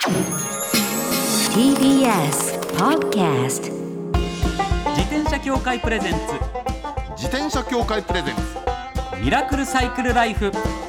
TBS Podcast 自転車協会プレゼンツ自転車協会プレゼンツミラクルサイクルライフ。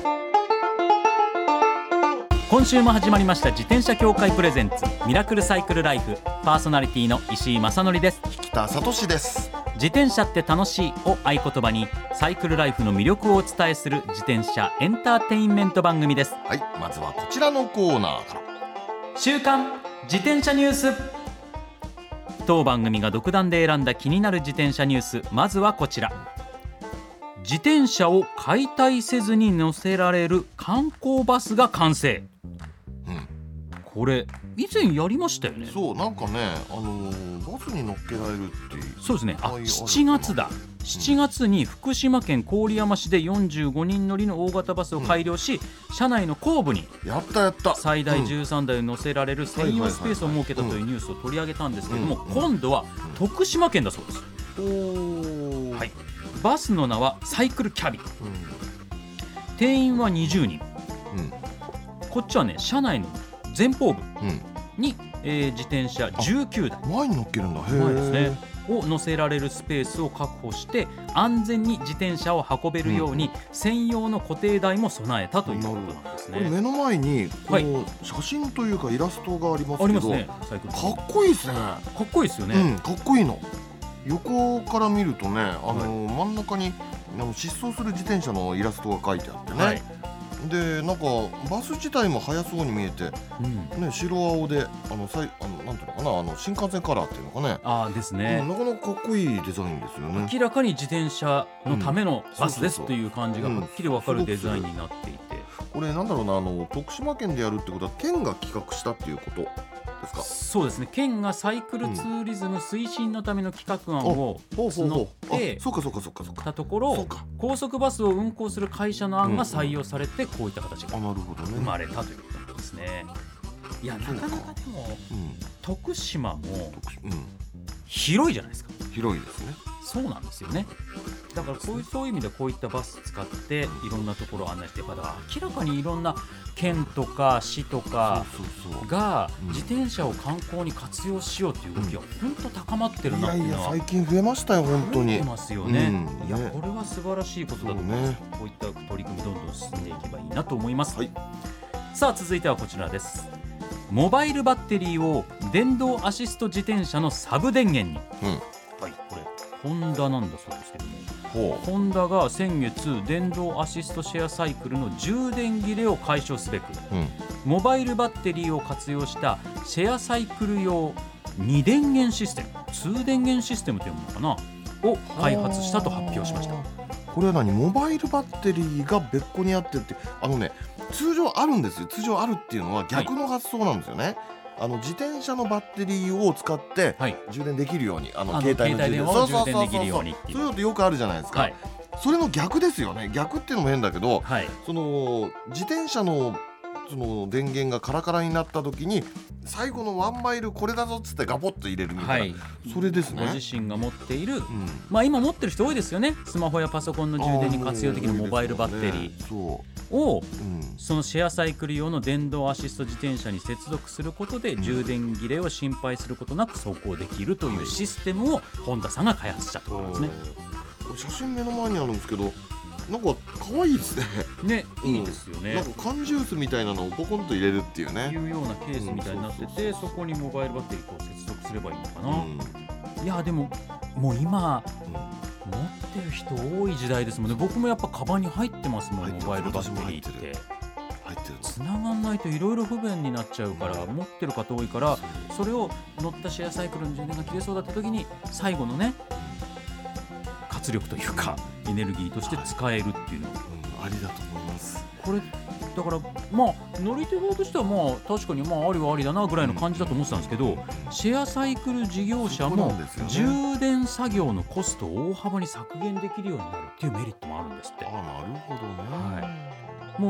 今週も始まりました自転車協会プレゼンツミラクルサイクルライフ。パーソナリティの石井正則です。 北里志です。 自転車って楽しいを合言葉にサイクルライフの魅力をお伝えする自転車エンターテインメント番組です。 はい、まずはこちらのコーナーから。 週刊自転車ニュース。当番組が独断で選んだ気になる自転車ニュース、まずはこちら。自転車を解体せずに乗せられる観光バスが完成。これ以前やりましたよね。 そう、なんかね、バスに乗っけられるっていう。 そうですね。7月だ。7月に福島県郡山市で45人乗りの大型バスを改良し、車内の後部にやった最大13台乗せられる専用スペースを設けたというニュースを取り上げたんですけれども、今度は徳島県だそうです。はい、バスの名はサイクルキャビン、定員は20人、こっちはね、車内の前方部に、自転車19台前に乗っけるんだ。 前ですねを乗せられるスペースを確保して安全に自転車を運べるように専用の固定台も備えたということなんですね。 これ目の前にこの写真というかイラストがありますけど、 ありますね。サイクルかっこいいですね。 かっこいいですよね。 かっこいいの。横から見るとね、真ん中に疾走する自転車のイラストが描いてあってね、でなんかバス自体も速そうに見えて、白青でなんていうのかな、新幹線カラーっていうのかね。 ですね、 なかなかかっこいいデザインですよね。 明らかに自転車のためのバスですという感じがはっきり分かるデザインになっていて、 これなんだろうな、徳島県でやるってことは県が企画したっていうことですか。 そうですね。県がサイクルツーリズム推進のための企画案を募ってたところ、高速バスを運行する会社の案が採用されて、こういった形が生まれたということなんですね。いや、なかなかでも、徳島も広いじゃないですか。 広いですね。 そうなんですよね。だからそういう意味でこういったバス使っていろんなところを案内して、明らかにいろんな県とか市とかが自転車を観光に活用しようという動きが本当高まってるなっていうのは最近増えましたよ。本当に増えてますよね。いや、これは素晴らしいことだと思います。こういった取り組みどんどん進んでいけばいいなと思います。さあ、続いてはこちらです。モバイルバッテリーを電動アシスト自転車のサブ電源に。これホンダなんだそうですけども、ホンダが先月電動アシストシェアサイクルの充電切れを解消すべく、モバイルバッテリーを活用したシェアサイクル用2電源システム、2電源システムというものかなを開発したと発表しました。 これはモバイルバッテリーが別個にあってって、通常あるんですよ。通常あるっていうのは逆の発想なんですよね。自転車のバッテリーを使って充電できるように、携帯の充電を充電できるようにっていう、そういうのってよくあるじゃないですか。それの逆ですよね。逆っていうのも変だけど、その自転車のその電源がカラカラになった時に最後のワンマイルこれだぞっつってガポッと入れるみたいな、それですね。 ご自身が持っている、今持ってる人多いですよね。スマホやパソコンの充電に活用できるモバイルバッテリーをそのシェアサイクル用の電動アシスト自転車に接続することで、充電切れを心配することなく走行できるというシステムをホンダさんが開発したということですね。 写真目の前にあるんですけど、なんか可愛いですね。 ね、いいですよね。 なんか缶ジュースみたいなのをポコンと入れるっていうね。 いうようなケースみたいになってて、そこにモバイルバッテリーを接続すればいいのかな。いや、でももう今、持ってる人多い時代ですもんね。僕もやっぱカバンに入ってますもん、モバイルバッテリーって。繋がんないといろいろ不便になっちゃうから、持ってる方多いから、それを乗ったシェアサイクルの充電が切れそうだった時に最後のね、活力というかエネルギーとして使えるっていうのは、 ありだと思います。 これだから乗り手側としては確かにありはありだなぐらいの感じだと思ってたんですけど、シェアサイクル事業者も充電作業のコストを大幅に削減できるようになるっていうメリットもあるんですって。 なるほどね。 もう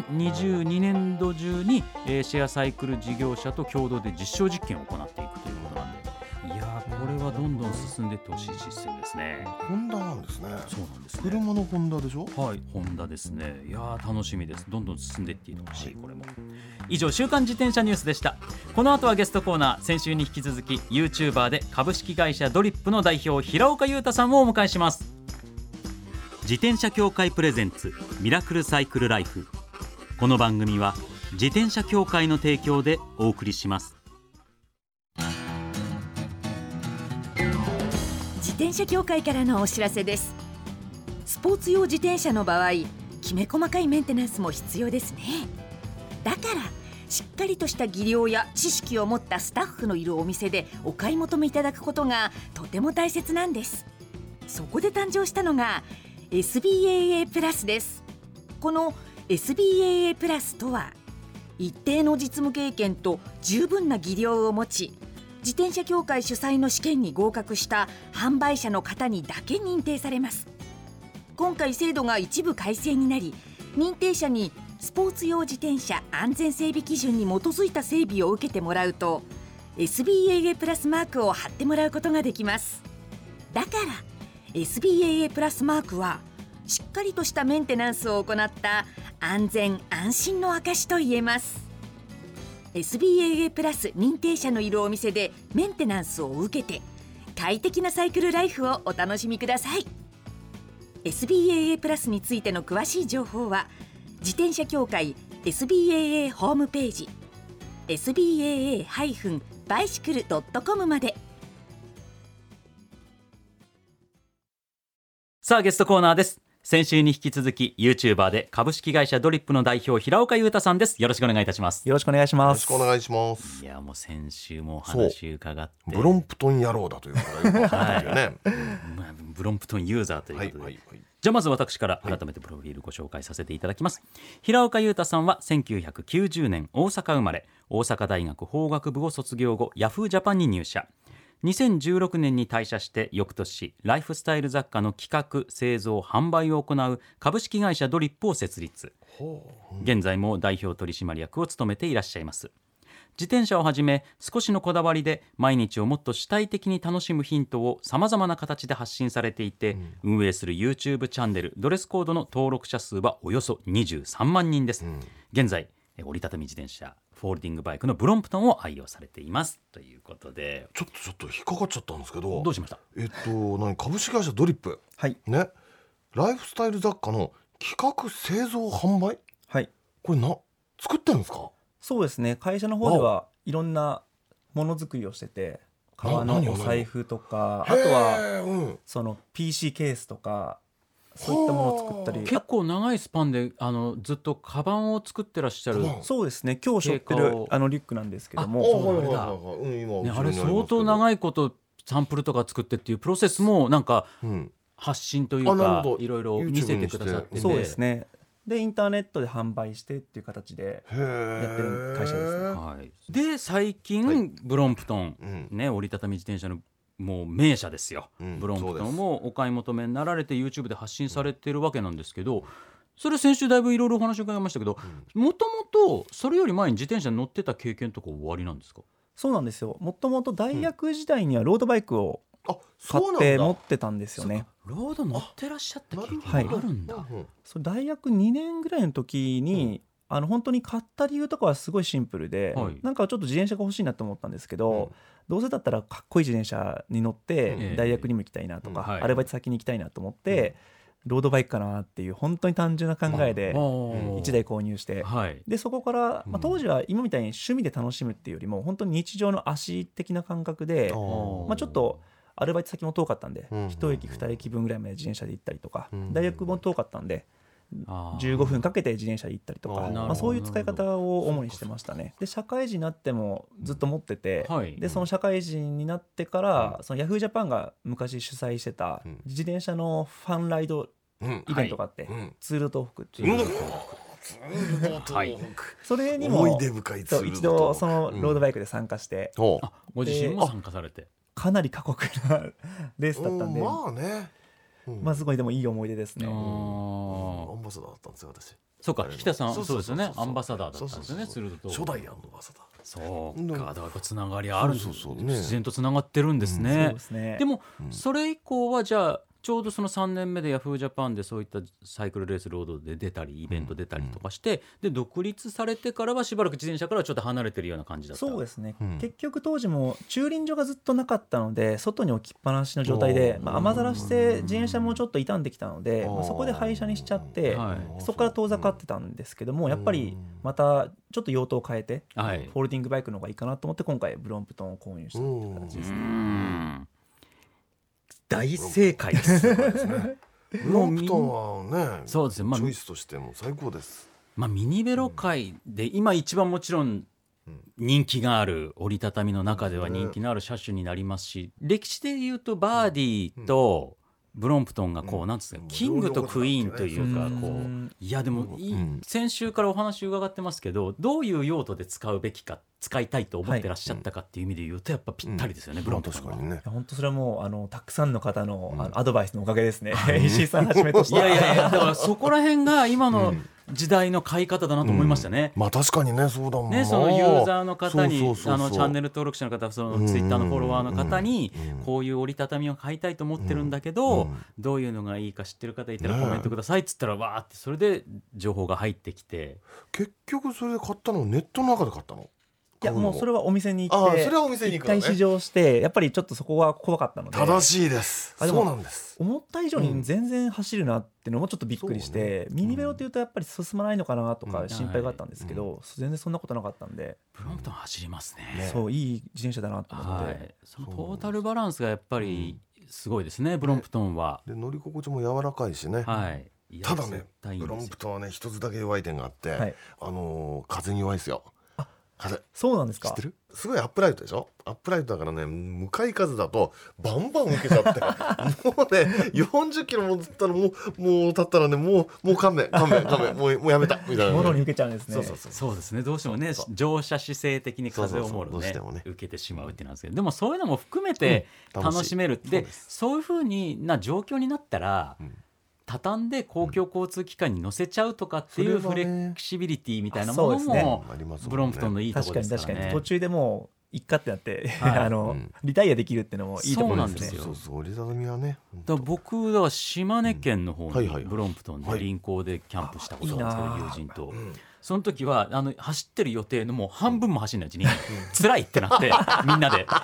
2022年度中に、シェアサイクル事業者と共同で実証実験を行っていくということなんで、いやこれはどんどん進んでいってほしいシステムですね。 ホンダなんですね。 そうなんですね。 車のホンダでしょ。 はい、ホンダですね。いやー楽しみです。どんどん進んでいってほしい、これも。以上、週刊自転車ニュースでした。この後はゲストコーナー、先週に引き続き YouTuber で株式会社ドリップの代表平岡裕太さんをお迎えします。自転車協会プレゼンツミラクルサイクルライフ。この番組は自転車協会の提供でお送りします。 自転車協会からのお知らせです。スポーツ用自転車の場合、きめ細かいメンテナンスも必要ですね。だからしっかりとした技量や知識を持ったスタッフのいるお店でお買い求めいただくことがとても大切なんです。そこで誕生したのが SBAA プラスです。この SBAA プラスとは、一定の実務経験と十分な技量を持ち、自転車協会主催の試験に合格した販売者の方にだけ認定されます。今回制度が一部改正になり、認定者にスポーツ用自転車安全整備基準に基づいた整備を受けてもらうと SBAA プラスマークを貼ってもらうことができます。だから SBAA プラスマークはしっかりとしたメンテナンスを行った安全安心の証と言えます。 SBAA プラス認定者のいるお店でメンテナンスを受けて快適なサイクルライフをお楽しみください。 SBAA プラスについての詳しい情報は自転車協会 SBAA ホームページ SBAA-bicycle.com まで。 さあ、ゲストコーナーです。先週に引き続き YouTuber で株式会社ドリップの代表平岡裕太さんです。よろしくお願いいたします。 よろしくお願いします。 よろしくお願いします。 いや、もう先週もお話伺って、 ブロンプトン野郎だということがよくわかったよね。 ブロンプトンユーザーということで、 はいはいはい、 じゃあまず私から改めてプロフィールご紹介させていただきます。平岡裕太さんは1990年大阪生まれ、大阪大学法学部を卒業後ヤフージャパンに入社。2016年に退社して翌年、ライフスタイル雑貨の企画製造販売を行う株式会社ドリップを設立。現在も代表取締役を務めていらっしゃいます。自転車をはじめ少しのこだわりで毎日をもっと主体的に楽しむヒントをさまざまな形で発信されていて、運営する YouTube チャンネルドレスコードの登録者数はおよそ23万人です。現在折りたたみ自転車フォールディングバイクのブロンプトンを愛用されていますということで、 ちょっと引っかかっちゃったんですけど。 どうしました？ 株式会社ドリップ、 はいね、ライフスタイル雑貨の企画製造販売、 はい、 これ作ってるんですか？ そうですね、会社の方ではいろんなものづくりをしてて、革のお財布とか、あとは、その PC ケースとかそういったものを作ったり、 結構長いスパンでずっとカバンを作ってらっしゃる。 そうですね、今日背負ってるリュックなんですけども、 あれ相当長いことサンプルとか作ってっていうプロセスもなんか発信というかいろいろ見せてくださってて、 そうですね、でインターネットで販売してっていう形でやってる会社ですね。 はい、で最近、ブロンプトン、折りたたみ自転車のもう名車ですよ、ブロンプトンもお買い求めになられて YouTube で発信されてるわけなんですけど、それ先週だいぶいろいろお話を伺いましたけど、もともとそれより前に自転車に乗ってた経験とかおありなんですか？ そうなんですよ、もともと大学時代にはロードバイクを買って持ってたんですよね。 ロード乗ってらっしゃった経験があるんだ。 それ大学2年ぐらいの時に、本当に買った理由とかはすごいシンプルで、なんかちょっと自転車が欲しいなと思ったんですけど、どうせだったらかっこいい自転車に乗って大学にも行きたいなとか、アルバイト先に行きたいなと思って、ロードバイクかなっていう本当に単純な考えで1台購入して、でそこから、当時は今みたいに趣味で楽しむっていうよりも本当に日常の足的な感覚で、ちょっとアルバイト先も遠かったんで、1駅2駅分ぐらいまで自転車で行ったりとか、大学も遠かったんで15分かけて自転車で行ったりとか、そういう使い方を主にしてましたね。で社会人になってもずっと持ってて、でその社会人になってから、そのヤフージャパンが昔主催してた自転車のファンライドイベントがあって、ツール東北っていう、それにも思い出深いツール一度そのロードバイクで参加して、 ご自身も参加されて、 かなり過酷なレースだったんで、すごいでもいい思い出ですね。 アンバサダーだったんですよ私。 そうか、北さんそうですよね、アンバサダーだったんですよね。 初代アンバサダー。 そうか、だからつながりある、自然とつながってるんですね。でもそれ以降はじゃあちょうどその3年目でヤフージャパンでそういったサイクルレースロードで出たりイベント出たりとかして、で独立されてからはしばらく自転車からはちょっと離れてるような感じだった。 そうですね、結局当時も駐輪場がずっとなかったので外に置きっぱなしの状態で、雨ざらして自転車もちょっと傷んできたので、そこで廃車にしちゃって、そこから遠ざかってたんですけども、やっぱりまたちょっと用途を変えて、フォールディングバイクの方がいいかなと思って今回ブロンプトンを購入したという形ですね。 大正解です。 ブロンプトンはね、 そうですよ、 チョイスとしても最高です。 ミニベロ界で今一番もちろん人気がある、折りたたみの中では人気のある車種になりますし、歴史でいうとバーディーとブロンプトンがこうなんですか、キングとクイーンというか、こういやでも先週からお話伺ってますけど、どういう用途で使うべきか、使いたいと思ってらっしゃったかっていう意味で言うとやっぱぴったりですよね、ブロンプトンは。 本当それはもうたくさんの方のアドバイスのおかげですね。石井さんはじめとして。 いやだからそこら辺が今の時代の買い方だなと思いましたね。 確かにね、そうだもんね。 そのユーザーの方に、チャンネル登録者の方、そのツイッターのフォロワーの方に、こういう折りたたみを買いたいと思ってるんだけど、どういうのがいいか知ってる方いたらコメントくださいっつったら、わーってそれで情報が入ってきて、 結局それで買ったのネットの中で買ったの？ いやもうそれはお店に行って一回試乗して、やっぱりちょっとそこは怖かったので。 正しいです。そうなんです。 思った以上に全然走るなっていうのもちょっとびっくりして、ミニベロっていうとやっぱり進まないのかなとか心配があったんですけど、全然そんなことなかったんで、 ブロンプトン走りますね。 そう、いい自転車だなと思って、 そのトータルバランスがやっぱりすごいですね、ブロンプトンは。 で乗り心地も柔らかいしね。ただね、ブロンプトンはね一つだけ弱い点があって、風に弱いですよ。風。 そうなんですか。 知ってる？すごいアップライトでしょ。アップライトだからね、向かい風だとバンバン受けちゃってもうね40キロも経ったらもう経ったらねもう勘弁もうやめたみたいな、 もろに受けちゃうんですね。 そうですね、どうしてもね乗車姿勢的に風をもろね受けてしまうってなんですけど、でもそういうのも含めて楽しめる。でそういう風な状況になったら、畳んで公共交通機関に乗せちゃうとかっていうフレキシビリティみたいなものもブロンプトンのいいところですからね。 確かに途中でもういっかってなってリタイアできるっていうのもいいところですね。 そう折りたたみはね。 僕は島根県の方にブロンプトンで臨港でキャンプしたことがあるんですけど、友人と。その時は走ってる予定のもう半分も走んないうちに辛いってなってみんなで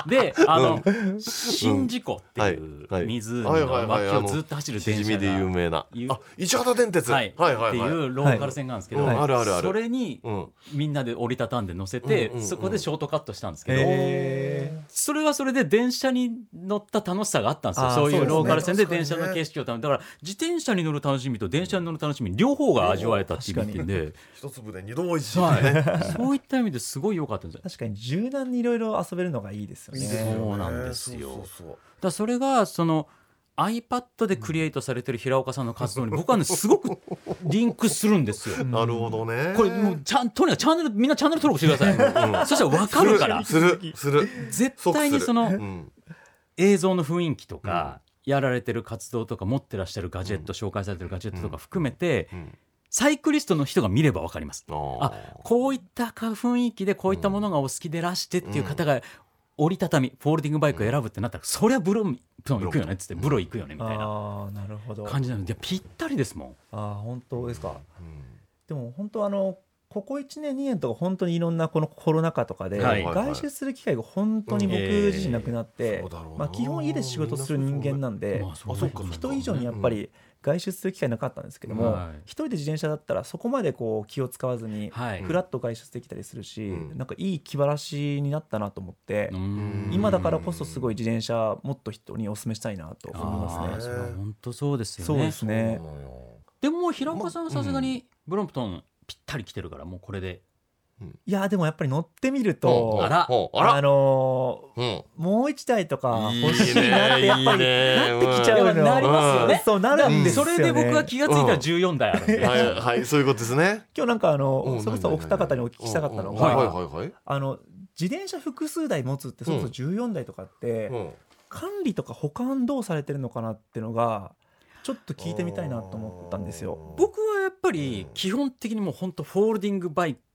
宍道湖っていう湖の脇をずっと走る電車が、 で有名な市畑電鉄っていうローカル線があるんですけど、それにみんなで折りたたんで乗せて、そこでショートカットしたんですけど、それはそれで電車に乗った楽しさがあったんですよ。そういうローカル線で電車の景色をだから自転車に乗る楽しみと電車に乗る楽しみ両方が味わえたっていう意味で、 一粒で二度おいしいね。 そういった意味ですごい良かったんですよ。 確かに柔軟にいろいろ遊べるのがいいですよね。 そうなんですよ。だそれがその iPad でクリエイトされてる平岡さんの活動に僕はねすごくリンクするんですよ。 なるほどね。 これもうとにかくチャンネルみんなチャンネル登録してください。そしたら分かるから。 する絶対にその映像の雰囲気とかやられてる活動とか持ってらっしゃるガジェット、紹介されてるガジェットとか含めて。サイクリストの人が見れば分かります。こういった雰囲気でこういったものがお好きでらしてっていう方が折りたたみフォールディングバイクを選ぶってなったら、そりゃブロン行くよねっつってブロ行くよねみたいな感じなのでぴったりですもん。 本当ですか。でも本当ここ1年2年とか本当にいろんなこのコロナ禍とかで外出する機会が本当に僕自身なくなって、基本家で仕事する人間なんで人以上にやっぱり外出する機会なかったんですけども、一人で自転車だったらそこまでこう気を使わずにフラッと外出できたりするし、なんかいい気晴らしになったなと思って、今だからこそすごい自転車もっと人にお勧めしたいなと思いますね。 本当そうですよね。 そうですね。 でも平岡さんはさすがにブロンプトンぴったり来てるからもうこれで。 いやでもやっぱり乗ってみるともう一台とか欲しいなってやっぱりなってきちゃうの。 なりますよね。 そうなるんですよね。 それで僕は気がついたら14台あるんで。 はいそういうことですね。 今日なんかそれこそお二方にお聞きしたかったのが、自転車複数台持つってそれこそ14台とかって管理とか保管どうされてるのかなっていうのがちょっと聞いてみたいなと思ったんですよ。 僕はやっぱり基本的にもう本当フォールディングバイ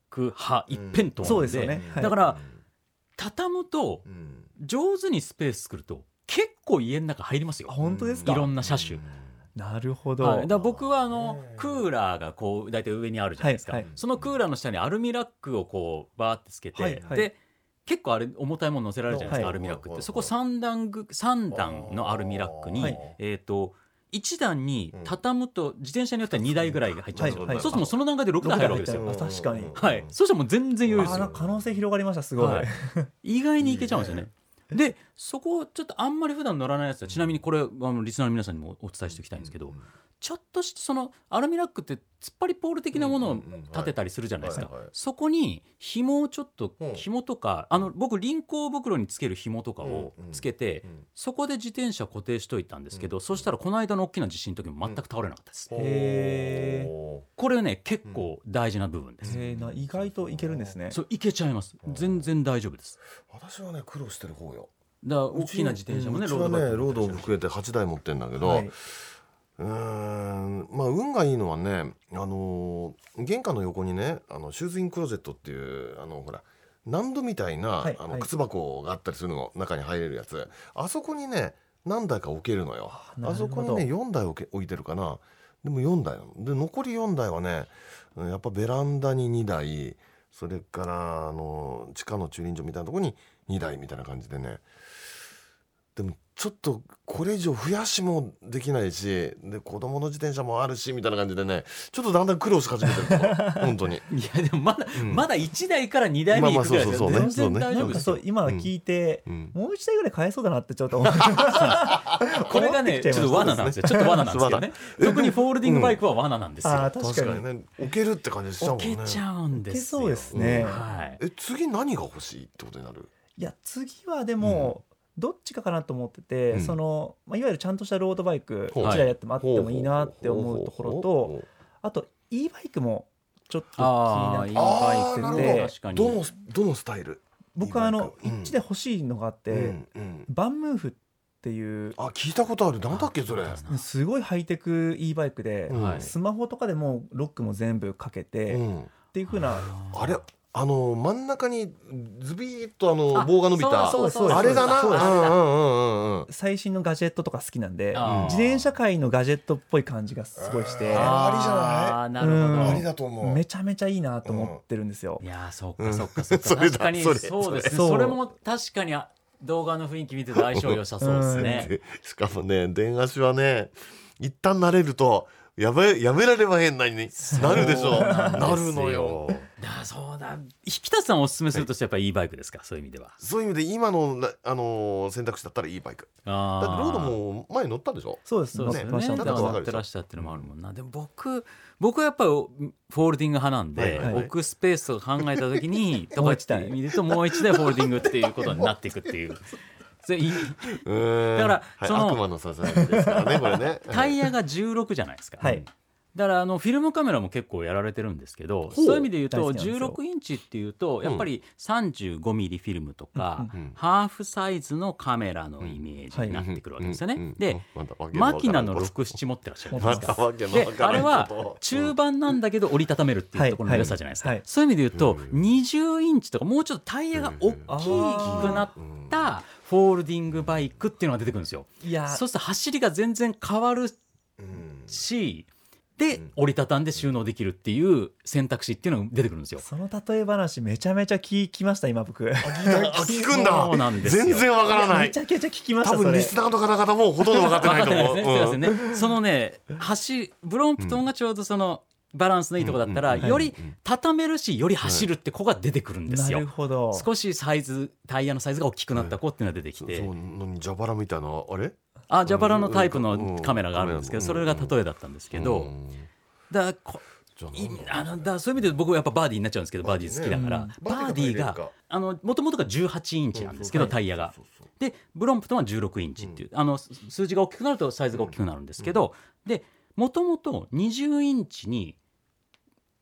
ク派一辺倒なんで、だから畳むと上手にスペース作ると結構家の中入りますよ。 本当ですか？ いろんな車種。 なるほど。 だから僕はクーラーがこう大体上にあるじゃないですか、そのクーラーの下にアルミラックをこうバーってつけて、で結構あれ重たいもの乗せられるじゃないですか、アルミラックって。そこ3段のアルミラックに、1段に畳むと自転車によっては2台ぐらいが入っちゃうんですよ、そうするともうその段階で6台入るわけですよ。 確かに、 そうしたらもう全然余裕ですよ。 可能性広がりました。すごい、 意外にいけちゃうんですよね。でそこちょっとあんまり普段乗らないやつは、ちなみにこれリスナーの皆さんにもお伝えしておきたいんですけど、ちょっとしたそのアルミラックって突っ張りポール的なものを立てたりするじゃないですか。そこに紐をちょっと紐とか僕輪行袋につける紐とかをつけて、そこで自転車固定しといたんですけど、そしたらこの間の大きな地震の時も全く倒れなかったです。これね結構大事な部分です。 意外といけるんですね。 そういけちゃいます。全然大丈夫です。 私はね苦労してる方よ。 だから大きな自転車もね、 うちはねロードを含めて8台持ってるんだけど、まあ運がいいのはね、玄関の横にねシューズインクローゼットっていうほら難度みたいな、靴箱があったりするの、中に入れるやつ、あそこにね何台か置けるのよ。あそこにね4台置いてるかな。でも4台なので、残り4台はねやっぱベランダに2台、それから地下の駐輪場みたいなところに2台みたいな感じでね。でもちょっとこれ以上増やしもできないし、で子供の自転車もあるしみたいな感じでね、ちょっとだんだん苦労し始めてる本当に。いやでもまだ1台から2台目行くぐらいですよ。全然大丈夫ですよ。 今聞いて、もう1台ぐらい買えそうだなってちょっと思ってこれがねちょっと罠なんですよ。ちょっと罠なんですけどね。特にフォールディングバイクは罠なんですよ。 確かにね、置けるって感じしちゃうもんね。 置けちゃうんですよ。 そうですね。 次何が欲しいってことになる？ いや次はでも、どっちかなと思ってて、いわゆるちゃんとしたロードバイク1台やってもあってもいいなって思うところと、あと e バイクもちょっと気になってて、 どのスタイル？ 僕は1で欲しいのがあって、バンムーフっていう、 聞いたことある。なんだっけそれ。 すごいハイテク e バイクで、スマホとかでもロックも全部かけて、っていう風な、 あれ真ん中にズビーッと棒が伸びたあれだな。 最新のガジェットとか好きなんで、自転車界のガジェットっぽい感じがすごいして、 ありじゃない？ なるほど。 ありだと思う。 めちゃめちゃいいなと思ってるんですよ。 いやそっか確かにそうですね。それも確かに動画の雰囲気見てて相性良さそうですね。 しかもね電足はね一旦慣れるとやめられまへんなになるでしょ。なるのよ。 そうだ。引田さんおすすめするとしてやっぱり e バイクですか？そういう意味では。 そういう意味で今の選択肢だったら e バイク。だってロードも前乗ったでしょ？ そうですね。乗ってらっしゃってるのもあるもんな。でも僕はやっぱりフォールディング派なんで、置くスペースを考えた時にとかって見るともう一台フォールディングっていうことになっていくっていう。だから悪魔のささやきですからねこれね。 タイヤが16じゃないですか。だからフィルムカメラも結構やられてるんですけど、そういう意味で言うと16インチっていうとやっぱり35ミリフィルムとかハーフサイズのカメラのイメージになってくるわけですよね。でマキナの67持ってらっしゃるんですか。であれは中盤なんだけど折りたためるっていうところの良さじゃないですか。そういう意味で言うと20インチとかもうちょっとタイヤが大きくなったフォールディングバイクっていうのが出てくるんですよ。そうすると走りが全然変わるし、で折りたたんで収納できるっていう選択肢っていうのが出てくるんですよ。 その例え話めちゃめちゃ聞きました今僕。 聞くんだ。全然わからない。 めちゃくちゃ聞きました。 多分リスナーの方々もほとんど分かってないと思う。 そのねブロンプトンがちょうどそのバランスのいいところだったら、より畳めるしより走るって子が出てくるんですよ。 なるほど。 少しタイヤのサイズが大きくなった子っていうのが出てきて、 ジャバラみたいなあれ？ ジャバラのタイプのカメラがあるんですけど、それが例えだったんですけど、だそういう意味で僕はやっぱバーディーになっちゃうんですけど、バーディー好きだから、バーディーがもともとが18インチなんですけど、タイヤがでブロンプトンは16インチっていう、数字が大きくなるとサイズが大きくなるんですけど、でもともと20インチに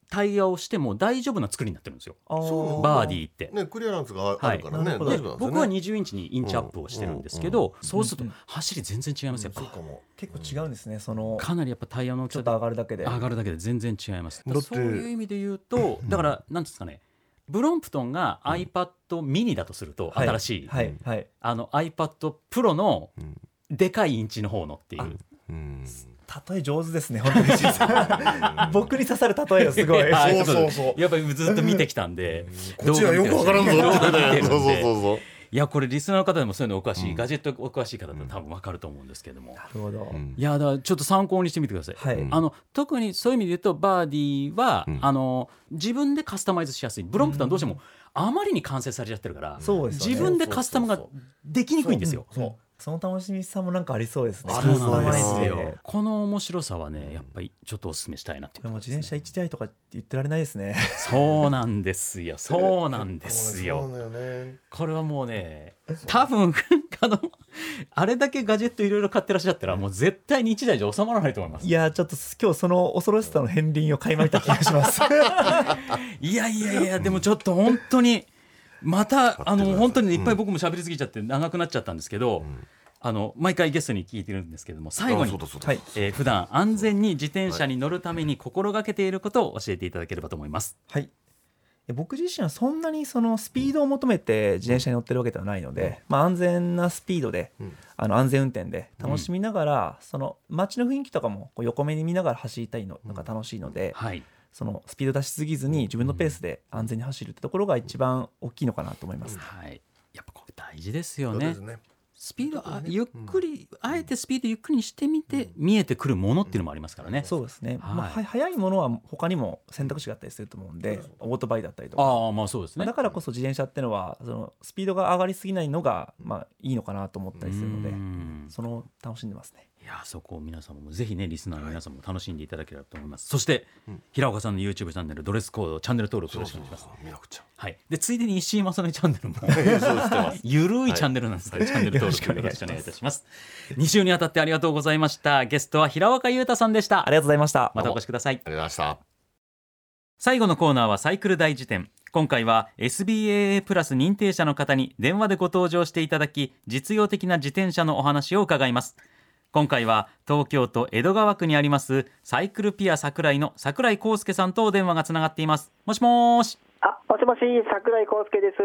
タイヤをしても大丈夫な作りになってるんですよ、バーディーって、 ね、クリアランスがあるからね、大丈夫なんですよね。 僕は20インチにインチアップをしてるんですけど、そうすると走り全然違いますよ、やっぱ結構違うんですね。 かなりやっぱタイヤの大きさちょっと上がるだけで全然違います。そういう意味で言うと、だからなんですかね、ブロンプトンが iPad mini だとすると、新しい、iPad Pro のでかいインチの方のっていう、 例え上手ですね、本当に僕に刺さる例えがすごいそうやっぱりずっと見てきたなんでこっちはよくわからんぞっていや、これリスナーの方でもそういうのお詳しい、ガジェットお詳しい方だと多分分かると思うんですけども、 なるほど、 いや、だからちょっと参考にしてみてください、特にそういう意味で言うとバーディーは、自分でカスタマイズしやすい。ブロンプトンはどうしてもあまりに完成されちゃってるから、自分でカスタムができにくいんですよ。 その楽しみさもなんかありそうですね。 そうなんですよ。この面白さはね、やっぱりちょっとお勧めしたいなっていう。 でも自転車1台とかって言ってられないですね。 そうなんですよ。そうなんですよ。これはもうね、多分あれだけガジェットいろいろ買ってらっしゃったら、もう絶対に1台じゃ収まらないと思います。 いや、ちょっと今日その恐ろしさの片鱗を垣間見た気がします。 いやでもちょっと本当に。また本当にいっぱい僕も喋りすぎちゃって長くなっちゃったんですけど、毎回ゲストに聞いてるんですけども、最後に普段安全に自転車に乗るために心がけていることを教えていただければと思います。 はい、僕自身はそんなにそのスピードを求めて自転車に乗ってるわけではないので、安全なスピードで、安全運転で楽しみながら、その街の雰囲気とかも横目に見ながら走りたいのが楽しいので、そのスピード出しすぎずに自分のペースで安全に走るってところが一番大きいのかなと思います。 やっぱこれ大事ですよね。スピードゆっくり、あえてスピードゆっくりにしてみて見えてくるものっていうのもありますからね。 そうですね、速いものは他にも選択肢があったりすると思うんで、オートバイだったりとか、 そうですね、 だからこそ自転車っていうのはそのスピードが上がりすぎないのが、いいのかなと思ったりするので、その楽しんでますね。 いや、そこを皆様もぜひね、リスナーの皆さんも楽しんでいただければと思います。そして、平岡さんの YouTube チャンネルドレスコードチャンネル登録よろしくお願いします。でついでに石井正則チャンネルもゆるいチャンネルなんですから、チャンネル登録よろしくお願いいたします。2週にわたってありがとうございました。ゲストは平岡裕太さんでした。 ありがとうございました。 またお越しください。 ありがとうございました。 最後のコーナーはサイクル大辞典。今回は SBAA プラス認定者の方に電話でご登場していただき、実用的な自転車のお話を伺います。今回は東京都江戸川区にありますサイクルピア桜井の桜井康介さんとお電話がつながっています。もしもし。 もしもし、桜井康介です。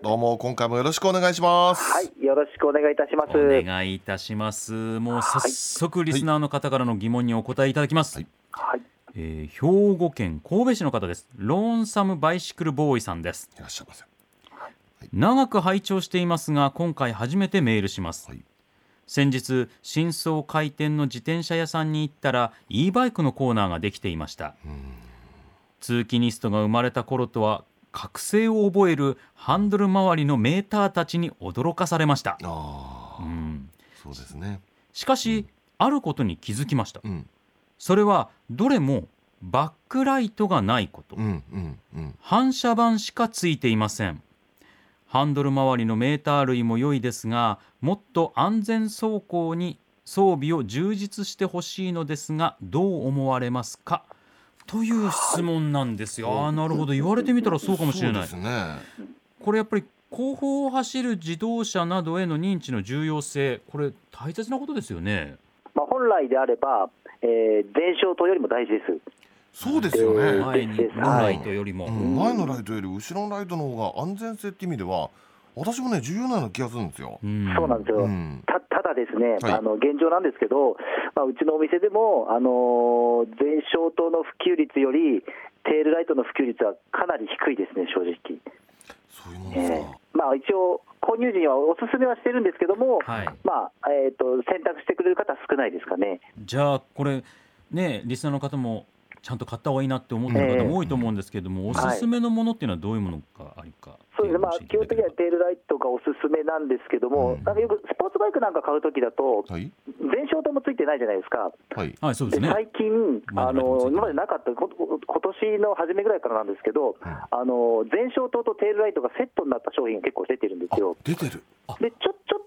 どうも、今回もよろしくお願いします。 はい、よろしくお願いいたします。 お願いいたします。もう早速リスナーの方からの疑問にお答えいただきます。兵庫県神戸市の方です。ローンサムバイシクルボーイさんです。 いらっしゃいませ。 長く拝聴していますが、今回初めてメールします。先日新装開店の自転車屋さんに行ったら e バイクのコーナーができていました。ツーキニストが生まれた頃とは覚醒を覚えるハンドル周りのメーターたちに驚かされました。 そうですね。 しかし、あることに気づきました。それはどれもバックライトがないこと、反射板しかついていません。ハンドル周りのメーター類も良いですが、もっと安全走行に装備を充実してほしいのですが、どう思われますか、という質問なんですよ。なるほど、言われてみたらそうかもしれない。これやっぱり後方を走る自動車などへの認知の重要性、これ大切なことですよね。 本来であれば、前照灯よりも大事です。 そうですよね。 前のライトよりも、 前のライトより後ろのライトの方が安全性って意味では私もね重要なような気がするんですよ。 そうなんですよ。ただですね、現状なんですけど、うちのお店でも前照灯の普及率よりテールライトの普及率はかなり低いですね、正直。 そういうものですか。 一応購入時にはおすすめはしてるんですけども、選択してくれる方は少ないですかね。 じゃあこれね、リスナーの方もちゃんと買った方がいいなって思ってる方も多いと思うんですけれども、おすすめのものっていうのはどういうものがあるか。 そうですね、基本的にはテールライトがおすすめなんですけども、よくスポーツバイクなんか買うときだと、前照灯もついてないじゃないですか。 そうですね。 最近今までなかった、今年の初めぐらいからなんですけど、前照灯とテールライトがセットになった商品が結構出てるんですよ。 出てる。 でちょっと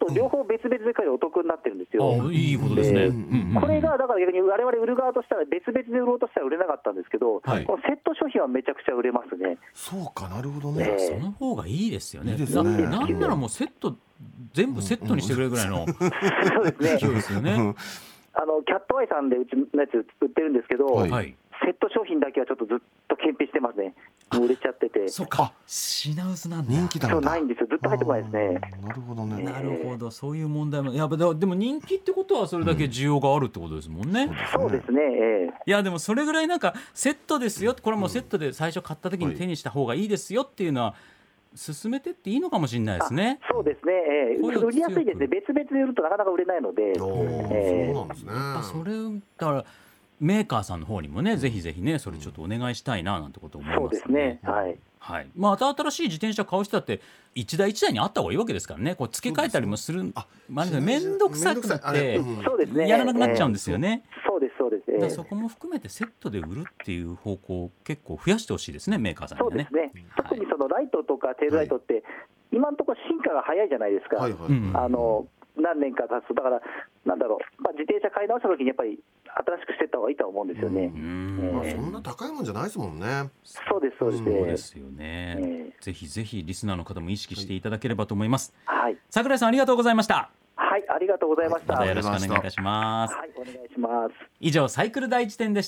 と両方別々で買えるお得になってるんですよ。 いいことですね。 これがだから逆に我々売る側としたら別々で売ろうとしたら売れなかったんですけど、このセット商品はめちゃくちゃ売れますね。 そうか、なるほどね。 その方がいいですよね。 いいですね。 なんならもうセット全部セットにしてくれるぐらいのそうですね。 ですよね。 キャットアイさんでうちのやつ売ってるんですけど、セット商品だけはちょっとずっと検品してますね。もう売れちゃってて。 そうか、品薄なんだ。 人気だ。 そうないんですよ。ずっと入ってこないですね。 なるほどね。 なるほど、そういう問題も。いやでも人気ってことはそれだけ需要があるってことですもんね。 そうですね。 いやでもそれぐらいなんかセットですよ。これはもうセットで最初買った時に手にした方がいいですよっていうのは進めてっていいのかもしれないですね。 そうですね。売りやすいですね。別々で売るとなかなか売れないので。 そうなんですね。 それだからメーカーさんの方にもね、ぜひぜひね、それちょっとお願いしたいななんてこと思いますね。 そうですね。はい。 はい。まあ新しい自転車買う人だって一台一台にあった方がいいわけですからね。こう付け替えたりもする、面倒くさくなってやらなくなっちゃうんですよね。 そうですそうです。 そこも含めてセットで売るっていう方向を結構増やしてほしいですね、メーカーさんにはね。 そうですね。特にそのライトとかテールライトって今のところ進化が早いじゃないですか。何年か経つと、だからなんだろう、自転車買い直した時にやっぱり新しくしていった方がいいとは思うんですよね。 そんな高いもんじゃないですもんね。 そうですそうです。 そうですよね。ぜひぜひリスナーの方も意識していただければと思います。 はい。 櫻井さんありがとうございました。 はい、ありがとうございました。 またよろしくお願いいたします。 はい、お願いします。 以上サイクル第一点でした。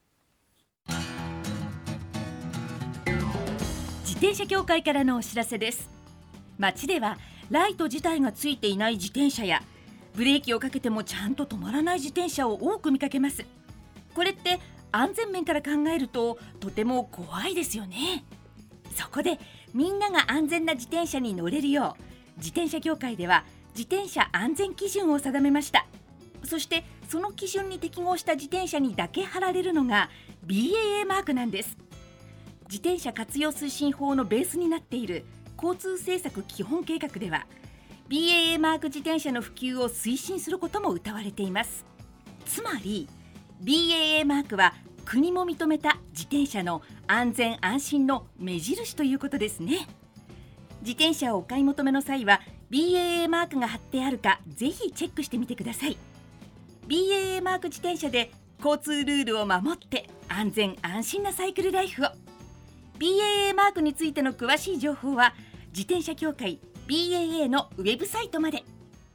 自転車協会からのお知らせです。街ではライト自体がついていない自転車やブレーキをかけてもちゃんと止まらない自転車を多く見かけます。これって安全面から考えるととても怖いですよね。そこでみんなが安全な自転車に乗れるよう、自転車協会では自転車安全基準を定めました。そしてその基準に適合した自転車にだけ貼られるのが BAA マークなんです。自転車活用推進法のベースになっている交通政策基本計画では BAA マーク自転車の普及を推進することも謳われています。つまり BAA マークは国も認めた自転車の安全安心の目印ということですね。自転車をお買い求めの際は BAA マークが貼ってあるかぜひチェックしてみてください。 BAA マーク自転車で交通ルールを守って安全安心なサイクルライフを。 BAA マークについての詳しい情報は自転車協会 BAA のウェブサイトまで。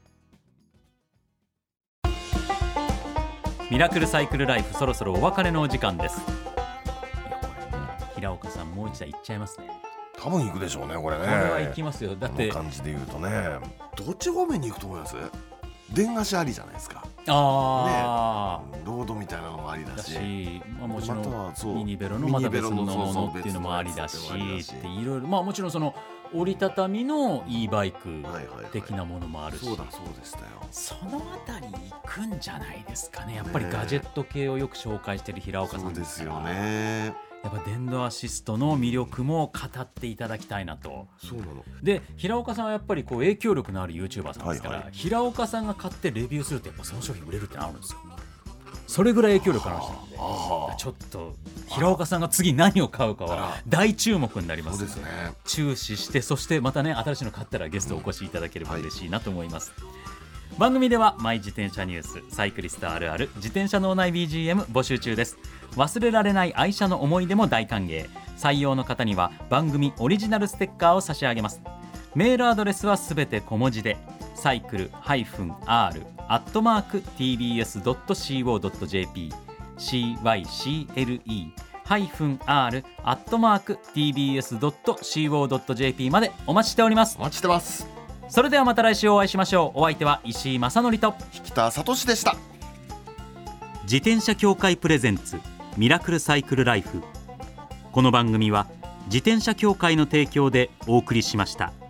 ミラクルサイクルライフ、そろそろお別れのお時間です。いやこれね、平岡さんもう一台行っちゃいますね。 多分行くでしょうね、これね。 これは行きますよ。だってこの感じで言うとね、どっち方面に行くと思います？電貸しありじゃないですか。ロードみたいなのもありだし、 もちろんミニベロのまた別のものっていうのもありだしっていろいろ、もちろんその折りたたみの e バイク的なものもあるし、 そうだそうでしたよ。 そのあたり行くんじゃないですかね。やっぱりガジェット系をよく紹介している平岡さんですから。 そうですよね。 やっぱ電動アシストの魅力も語っていただきたいなと。 そうなの。 で平岡さんはやっぱりこう影響力のある YouTuber さんですから、平岡さんが買ってレビューするとやっぱその商品売れるってあるんですよ。それぐらい影響力ある人なんで、ちょっと平岡さんが次何を買うかは大注目になりますので、注視して、そしてまたね新しいの買ったらゲストお越しいただければ嬉しいなと思います。番組ではマイ自転車ニュース、サイクリストあるある、自転車脳内 BGM 募集中です。忘れられない愛車の思い出も大歓迎。採用の方には番組オリジナルステッカーを差し上げます。メールアドレスはすべて小文字でサイクル-r@tbs.co.jp cycle-r@tbs.co.jp までお待ちしております。 お待ちしてます。 それではまた来週お会いしましょう。お相手は石井正則と引田聡でした。 自転車協会プレゼンツミラクルサイクルライフ。この番組は自転車協会の提供でお送りしました。